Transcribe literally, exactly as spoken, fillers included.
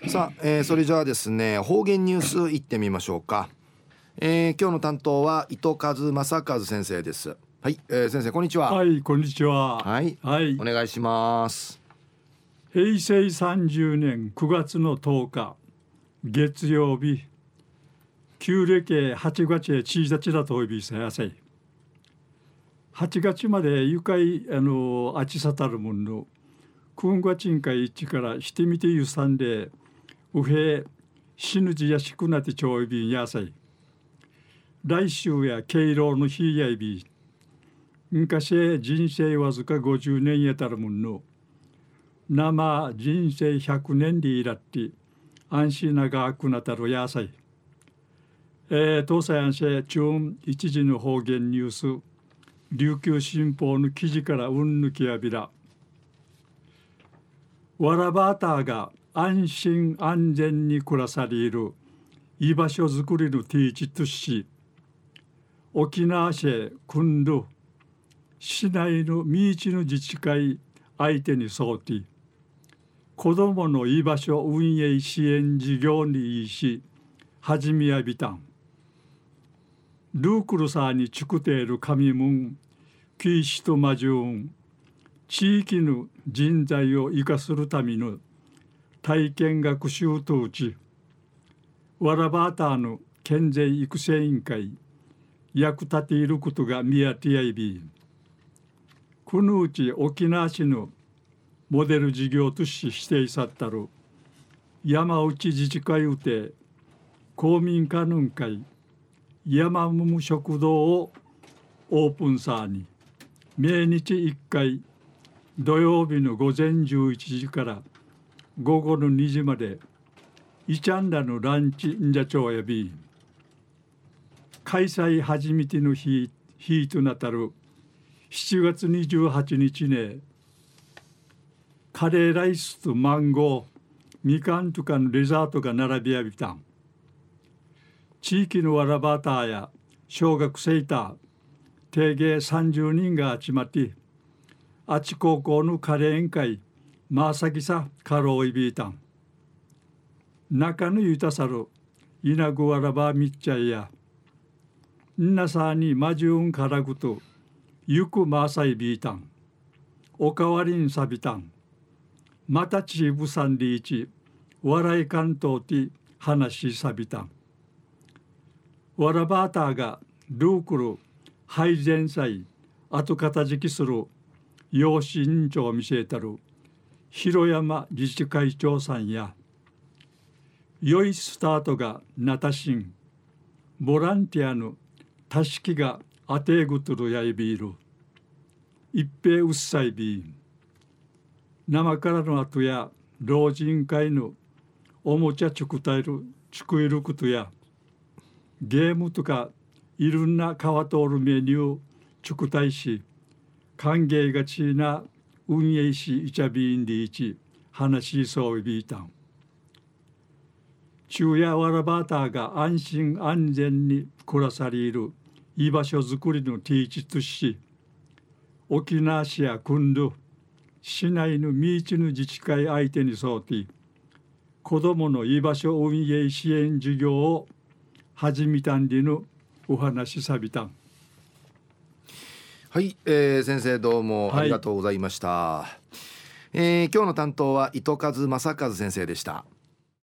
さあ、えー、それじゃあですね、方言ニュースいってみましょうか。えー、今日の担当は糸数正和先生です。はい、えー、先生こんにちは。 はい、こんにちは。 はい、 はい、 お願いします。 へいせいさんじゅうねんくがつのとおか月曜日、旧暦はちがつへちいたちだとおびさやせい。はちがつまでゆかいあのあちさたるもんのくんがちんかいいちからしてみてゆさんでうへ死ぬじやしくなってちょいびんやさい。来週や敬老の日やいび昔人生わずかごじゅうねんやたるもんの生人生ひゃくねんでいらって安心ながくなたるやさい。えー、東西安市中一時の方言ニュース琉球新報の記事からうんぬきやびら。わらばたーが安心安全に暮らされる居場所づくりのティーチとし、沖縄市君度市内のみいちの自治会相手にそうて子どもの居場所運営支援事業にいいし始めやびたん。ルークルサーにちくている神門キーシとマジューン地域の人材を生かするための体験学習とうちわらばたーの県税育成委員会役立ていることが見当てやいびこのうち沖縄市のモデル事業として指定さったる山内自治会うて公民館の会山むむ食堂をオープンサーに毎日いっかい土曜日の午前じゅういちじから午後のにじまでいちゃんらのランチんじゃちょうやび開催初めての日日となたるしちがつにじゅうはちにちねカレーライスとマンゴーみかんとかのデザートが並びやびたん。地域のわらばたーや小学生た定芸さんじゅうにんが集まってあち高校のカレー宴会まさきさカローイビータン中のゆたさるいなぐわらばみっちゃいやんなさにまじゅうんからぐとゆくまさいビータンおかわりんさびたんまたちぶさんでいち笑い関東て話しさびたんわらばたーがルークル配膳祭後片付きする養子委長を見せたる広山自治会長さんや良いスタートがなたしんボランティアのたしきがあてぐとるやいびいる一平うっさいびん生からの後や老人会のおもちゃちくたえるちくいることやゲームとかいろんな川通るメニューちくたいし歓迎がちな運営しいちゃびんでいち話しそういびいたん昼夜わらばたーが安心安全に暮らされる居場所づくりのティーチとし沖縄市や君度市内のみいちの自治会相手にそうて子どもの居場所運営支援事業を始めたんでのお話さびたん。 はい、えー、先生どうもありがとうございました。はい、えー、今日の担当は糸数正和先生でした。